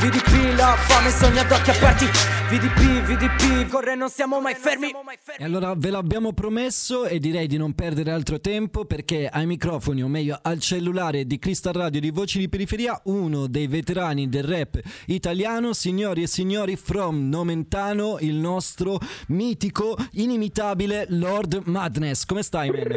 VDP, la fame sogna ad occhi aperti. VDP, corre non siamo mai fermi. E allora ve l'abbiamo promesso e direi di non perdere altro tempo, perché ai microfoni, o meglio al cellulare di Crystal Radio di Voci di Periferia, uno dei veterani del rap italiano, signori e signori, from Nomentano, il nostro mitico, inimitabile Lord Madness. Come stai, man?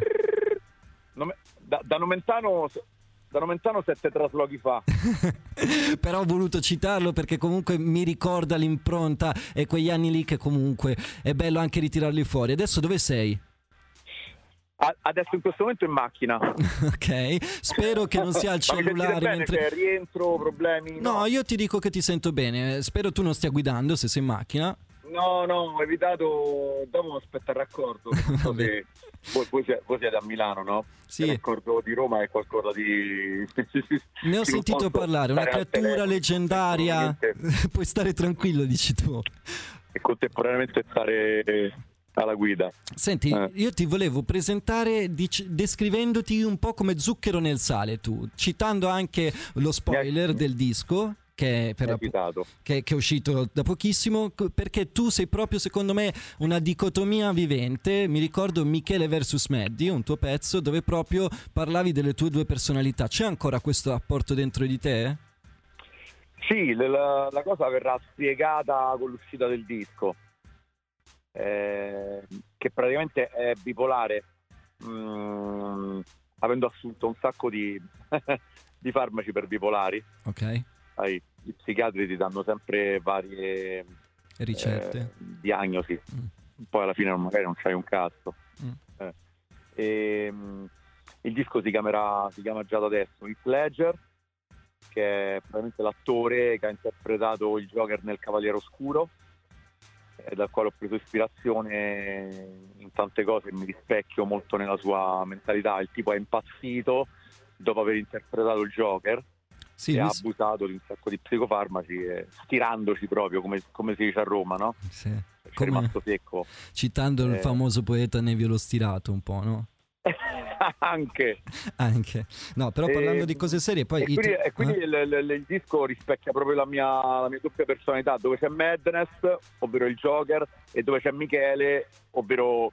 Da Nomentano 7 traslochi fa. Però ho voluto citarlo perché comunque mi ricorda l'impronta e quegli anni lì che comunque è bello anche ritirarli fuori. Adesso dove sei? Adesso in questo momento in macchina. Ok, spero che non sia al cellulare bene, mentre... rientro, problemi? No, io ti dico che ti sento bene. Spero tu non stia guidando se sei in macchina. No, ho evitato. Dopo aspetta il raccordo. Voi siete a Milano, no? Sì. Il raccordo di Roma è qualcosa di... Ne ho sentito parlare, una creatura leggendaria. Puoi stare tranquillo, dici tu. E contemporaneamente stare alla guida. Senti, io ti volevo presentare descrivendoti un po' come zucchero nel sale, tu, citando anche lo spoiler del disco che è uscito da pochissimo, perché tu sei proprio, secondo me, una dicotomia vivente. Mi ricordo Michele vs Maddy, un tuo pezzo dove proprio parlavi delle tue due personalità. C'è ancora questo rapporto dentro di te? Sì, la cosa verrà spiegata con l'uscita del disco, che praticamente è bipolare, avendo assunto un sacco di di farmaci per bipolari. Ok. Gli psichiatri ti danno sempre varie ricette, diagnosi, poi alla fine magari non c'hai un cazzo. Il disco si chiama già da adesso Heath Ledger, che è probabilmente l'attore che ha interpretato il Joker nel Cavaliere Oscuro, dal quale ho preso ispirazione in tante cose e mi rispecchio molto nella sua mentalità. Il tipo è impazzito dopo aver interpretato il Joker. Sì, e ha abusato di un sacco di psicofarmaci, stirandoci proprio, come si dice a Roma, no? Sì. È rimasto secco. Citando il famoso poeta Nevio lo Stirato, un po', no? Anche. No, però parlando di cose serie, poi... quindi il disco rispecchia proprio la mia doppia personalità, dove c'è Madness, ovvero il Joker, e dove c'è Michele, ovvero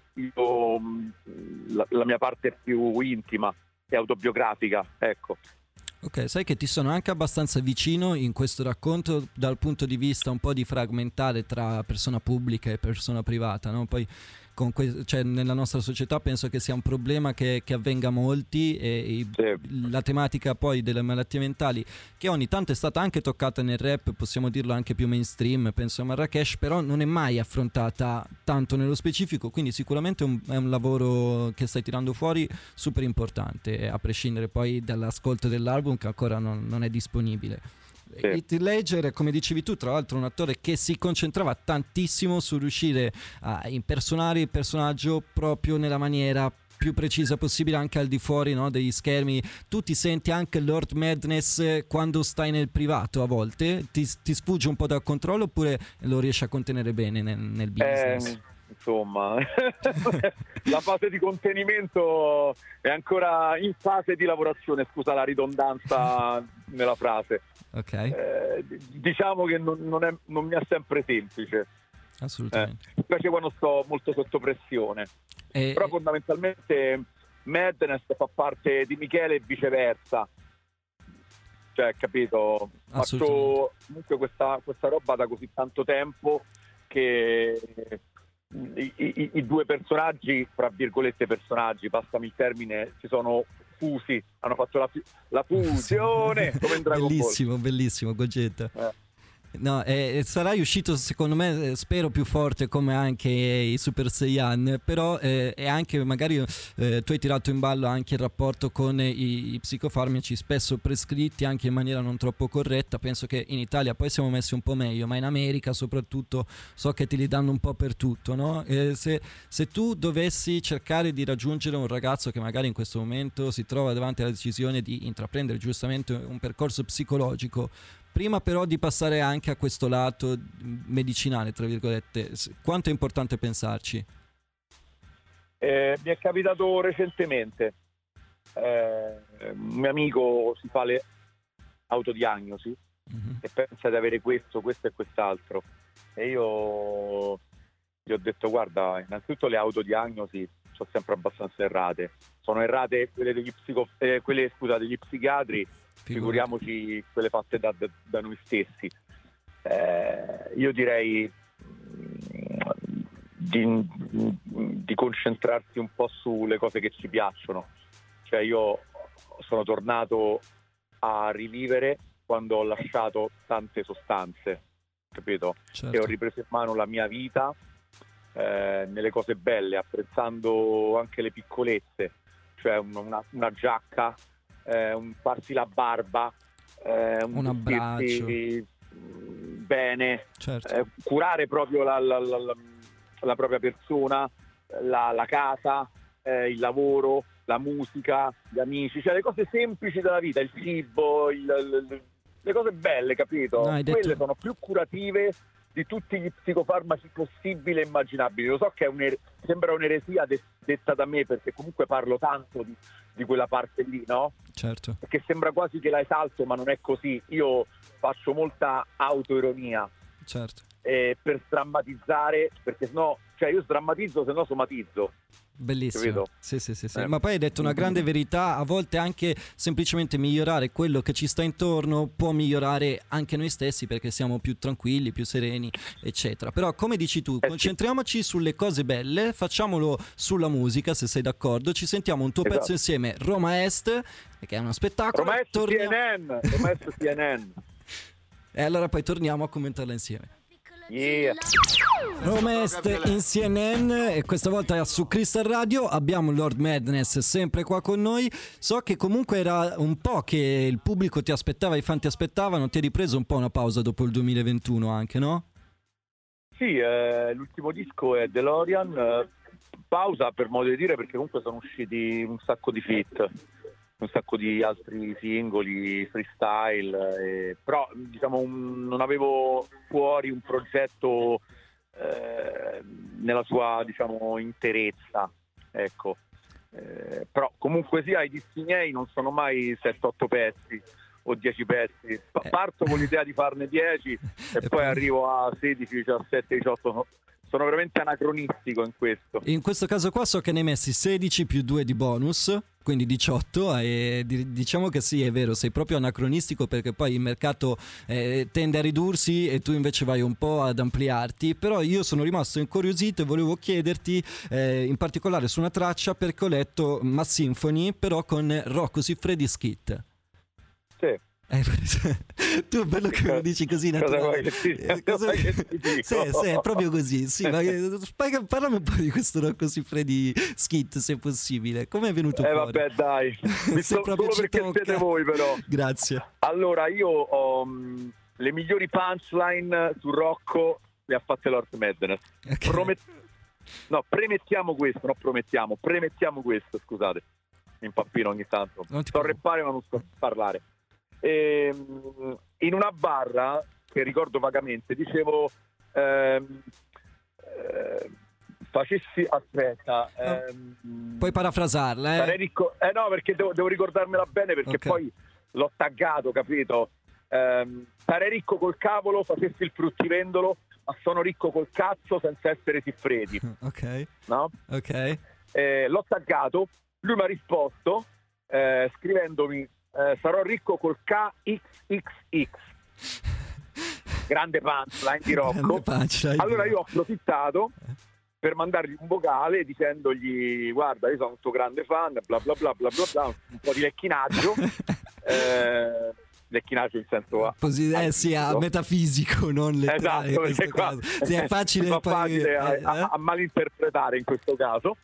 la mia parte più intima e autobiografica, ecco. Ok, sai che ti sono anche abbastanza vicino in questo racconto dal punto di vista un po' di fragmentare tra persona pubblica e persona privata, no? Poi cioè, nella nostra società penso che sia un problema che avvenga a molti la tematica poi delle malattie mentali, che ogni tanto è stata anche toccata nel rap, possiamo dirlo anche più mainstream, penso a Marrakesh, però non è mai affrontata tanto nello specifico, quindi sicuramente è un lavoro che stai tirando fuori super importante, a prescindere poi dall'ascolto dell'album che ancora non è disponibile. Heath Ledger, come dicevi tu, tra l'altro un attore che si concentrava tantissimo su riuscire a impersonare il personaggio proprio nella maniera più precisa possibile, anche al di fuori, no, degli schermi. Tu ti senti anche Lord Madness quando stai nel privato? A volte ti sfugge un po' dal controllo, oppure lo riesci a contenere bene nel business? Insomma, la fase di contenimento è ancora in fase di lavorazione, scusa la ridondanza nella frase. Ok. Diciamo che non mi è sempre semplice. Assolutamente. Specie quando sto molto sotto pressione. Però fondamentalmente Madness fa parte di Michele e viceversa. Cioè, capito? Faccio comunque questa roba da così tanto tempo che i due personaggi, fra virgolette personaggi, passami il termine, si sono fusi, hanno fatto la fusione come in Dragon Ball. Bellissimo Gogeta. No, sarai uscito secondo me, spero, più forte come anche i Super Saiyan, però è anche magari tu hai tirato in ballo anche il rapporto con i psicofarmaci spesso prescritti anche in maniera non troppo corretta. Penso che in Italia poi siamo messi un po' meglio, ma in America soprattutto so che te li danno un po' per tutto, no? Se tu dovessi cercare di raggiungere un ragazzo che magari in questo momento si trova davanti alla decisione di intraprendere giustamente un percorso psicologico, prima però di passare anche a questo lato medicinale, tra virgolette, quanto è importante pensarci? Mi è capitato recentemente, un mio amico si fa le autodiagnosi e pensa di avere questo e quest'altro. E io gli ho detto: guarda, innanzitutto le autodiagnosi sono sempre abbastanza errate, sono errate quelle degli degli psichiatri, figuriamoci quelle fatte da noi stessi. Io direi di concentrarsi un po' sulle cose che ci piacciono. Cioè, io sono tornato a rivivere quando ho lasciato tante sostanze, capito? Certo. E ho ripreso in mano la mia vita nelle cose belle, apprezzando anche le piccolezze, cioè una giacca, un farsi la barba, un abbraccio bene, certo. Curare proprio la propria persona, la casa, il lavoro, la musica, gli amici, cioè le cose semplici della vita, il cibo, le cose belle, capito? Quelle sono più curative di tutti gli psicofarmaci possibili e immaginabili. Lo so che sembra un'eresia detta da me, perché comunque parlo tanto di quella parte lì, no? Certo. Perché sembra quasi che la esalto, ma non è così. Io faccio molta autoironia. Certo. Per sdrammatizzare, perché sennò, cioè io sdrammatizzo, se no somatizzo. Bellissimo. Sì. Ma poi hai detto una grande verità: a volte anche semplicemente migliorare quello che ci sta intorno può migliorare anche noi stessi, perché siamo più tranquilli, più sereni, eccetera. Però, come dici tu, concentriamoci sulle cose belle, facciamolo sulla musica, se sei d'accordo. Ci sentiamo un tuo pezzo insieme, Roma Est, che è uno spettacolo. Roma Est CNN. E allora poi torniamo a commentarla insieme. Yeah. Roma Est in CNN, e questa volta su Crystal Radio abbiamo Lord Madness sempre qua con noi. So che comunque era un po' che il pubblico ti aspettava, i fan ti aspettavano, ti hai ripreso un po' una pausa dopo il 2021 anche, no? Sì, l'ultimo disco è DeLorean, pausa per modo di dire, perché comunque sono usciti un sacco di feat, un sacco di altri singoli, freestyle, però diciamo non avevo fuori un progetto nella sua, diciamo, interezza, ecco. Però comunque sia, i dischi miei non sono mai 7-8 pezzi o 10 pezzi, parto con l'idea di farne 10 e poi arrivo a 16, 17, 18. Sono veramente anacronistico in questo. In questo caso qua so che ne hai messi 16 più 2 di bonus, quindi 18, e diciamo che sì, è vero, sei proprio anacronistico, perché poi il mercato tende a ridursi e tu invece vai un po' ad ampliarti. Però io sono rimasto incuriosito e volevo chiederti in particolare su una traccia, perché ho letto Ma Symphony, però con Rocco Siffredi Skit. Sì. Tu è bello che me lo dici così naturale. Sì, è proprio così. Sì, ma parlami un po' di questo Rocco Siffredi Skit, se possibile. Come è venuto fuori? Vabbè, dai, solo perché siete voi, però. Grazie. Allora, io ho le migliori punchline su Rocco le ha fatte Lord Madness. Okay. Premettiamo questo, scusate, mi impappino ogni tanto. Sto a reppare ma non sto a parlare. In una barra che ricordo vagamente dicevo facessi, aspetta, puoi parafrasarla, sarei ricco, no, perché devo ricordarmela bene, perché okay, poi l'ho taggato, capito? Sarei ricco col cavolo, facessi il fruttivendolo, ma sono ricco col cazzo senza essere Siffredi. Ok, no? Ok. L'ho taggato, lui mi ha risposto scrivendomi sarò ricco col KXXX. Grande punchline di Rocco. Allora io ho approfittato per mandargli un vocale dicendogli: guarda, io sono un tuo grande fan, bla bla bla bla bla, bla, un po' di lecchinaggio. Lecchinaggio in senso sì, metafisico, non letterale. Esatto, perché qua sì, è facile, facile a malinterpretare in questo caso.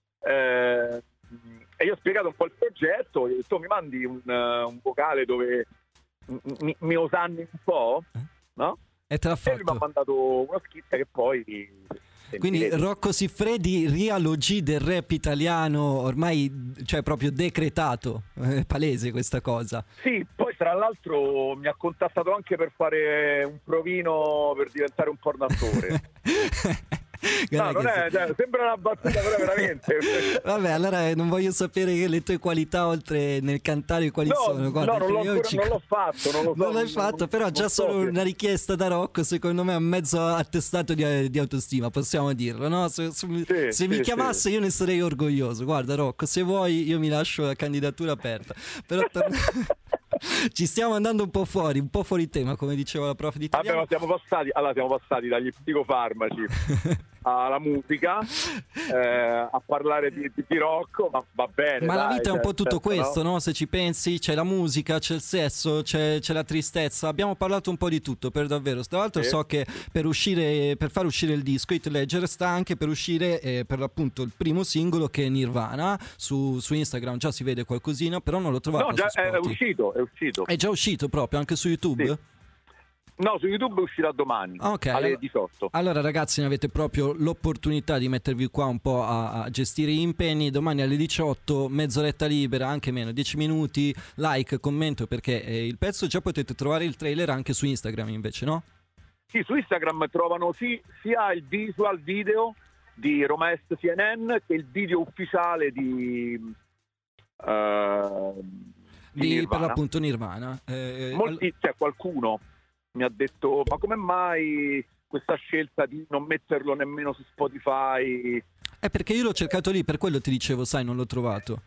E io ho spiegato un po' il progetto, gli ho detto: mi mandi un vocale dove mi osanni un po', no? E te l'ha fatto. E lui mi ha mandato una scritta che poi quindi Rocco Siffredi, Real OG del rap italiano, ormai, cioè proprio decretato, è palese questa cosa. Sì, poi tra l'altro mi ha contattato anche per fare un provino per diventare un porno attore. No, non è, sembra una battuta, però veramente. Vabbè, allora non voglio sapere le tue qualità oltre nel cantare quali sono. Guarda, non l'ho fatto, non l'hai fatto, però già solo una richiesta da Rocco, secondo me è un mezzo attestato di autostima, possiamo dirlo, no? Se mi chiamasse io ne sarei orgoglioso. Guarda Rocco, se vuoi io mi lascio la candidatura aperta. Però ci stiamo andando un po' fuori tema, come diceva la prof di italiano. Siamo passati dagli psicofarmaci alla musica, a parlare di Rocco, ma va bene. Ma la vita è un po' tutto questo, no? Se ci pensi, c'è la musica, c'è il sesso, c'è la tristezza. Abbiamo parlato un po' di tutto, per davvero. Tra l'altro so che per far uscire il disco Heath Ledger sta anche per uscire per l'appunto il primo singolo, che è Nirvana. Su Instagram già si vede qualcosina, però non l'ho trovato. No, già è uscito. È già uscito proprio anche su YouTube? Sì. No, su YouTube uscirà domani, alle 18. Allora ragazzi, ne avete proprio l'opportunità di mettervi qua un po' a gestire gli impegni. Domani alle 18, mezz'oretta libera, anche meno, 10 minuti, like, commento, perché il pezzo già potete trovare il trailer anche su Instagram invece, no? Sì, su Instagram trovano sia il visual video di Roma Est CNN che il video ufficiale di Nirvana. Per l'appunto Nirvana. Qualcuno mi ha detto: ma come mai questa scelta di non metterlo nemmeno su Spotify? Perché io l'ho cercato lì, per quello ti dicevo, sai, non l'ho trovato.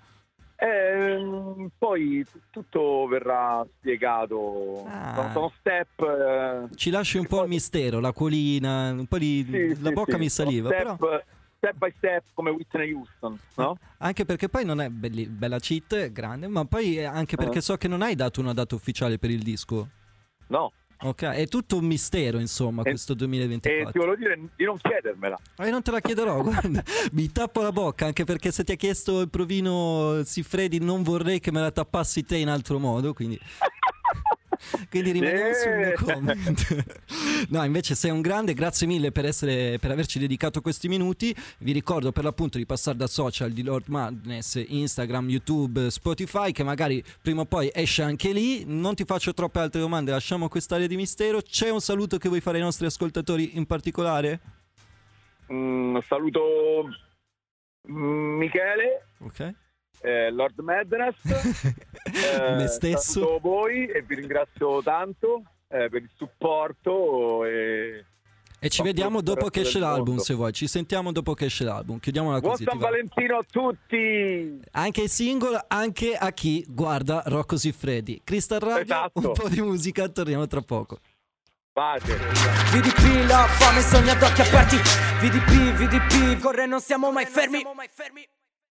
Poi tutto verrà spiegato. Sono step. Ci lasci un po' il mistero, la colina, un po' la bocca mi saliva. Step by step, come Whitney Houston, no? Anche perché poi non è bella cheat, grande, ma poi anche perché so che non hai dato una data ufficiale per il disco. No. Ok, è tutto un mistero, insomma, questo 2024. Ti volevo dire di non chiedermela. Non te la chiederò, guarda, mi tappo la bocca, anche perché se ti ha chiesto il provino Siffredi non vorrei che me la tappassi te in altro modo, quindi rimaniamo sul mio comment. No, invece sei un grande, grazie mille per averci dedicato questi minuti. Vi ricordo per l'appunto di passare dal social di Lord Madness, Instagram, YouTube, Spotify, che magari prima o poi esce anche lì. Non ti faccio troppe altre domande, lasciamo quest'area di mistero. C'è un saluto che vuoi fare ai nostri ascoltatori in particolare? Saluto Michele. Ok. Lord Madness, me stesso. Saluto voi e vi ringrazio tanto per il supporto e ci vediamo dopo che esce l'album, se vuoi. Ci sentiamo dopo che esce l'album. Chiudiamola così. Buon San Valentino a tutti! Anche il singolo, anche a chi guarda Rocco Siffredi. Crystal Radio, esatto. Un po' di musica, torniamo tra poco. Pace. VDP, la fame sogna ad occhi aperti. VDP, corre, non siamo mai fermi.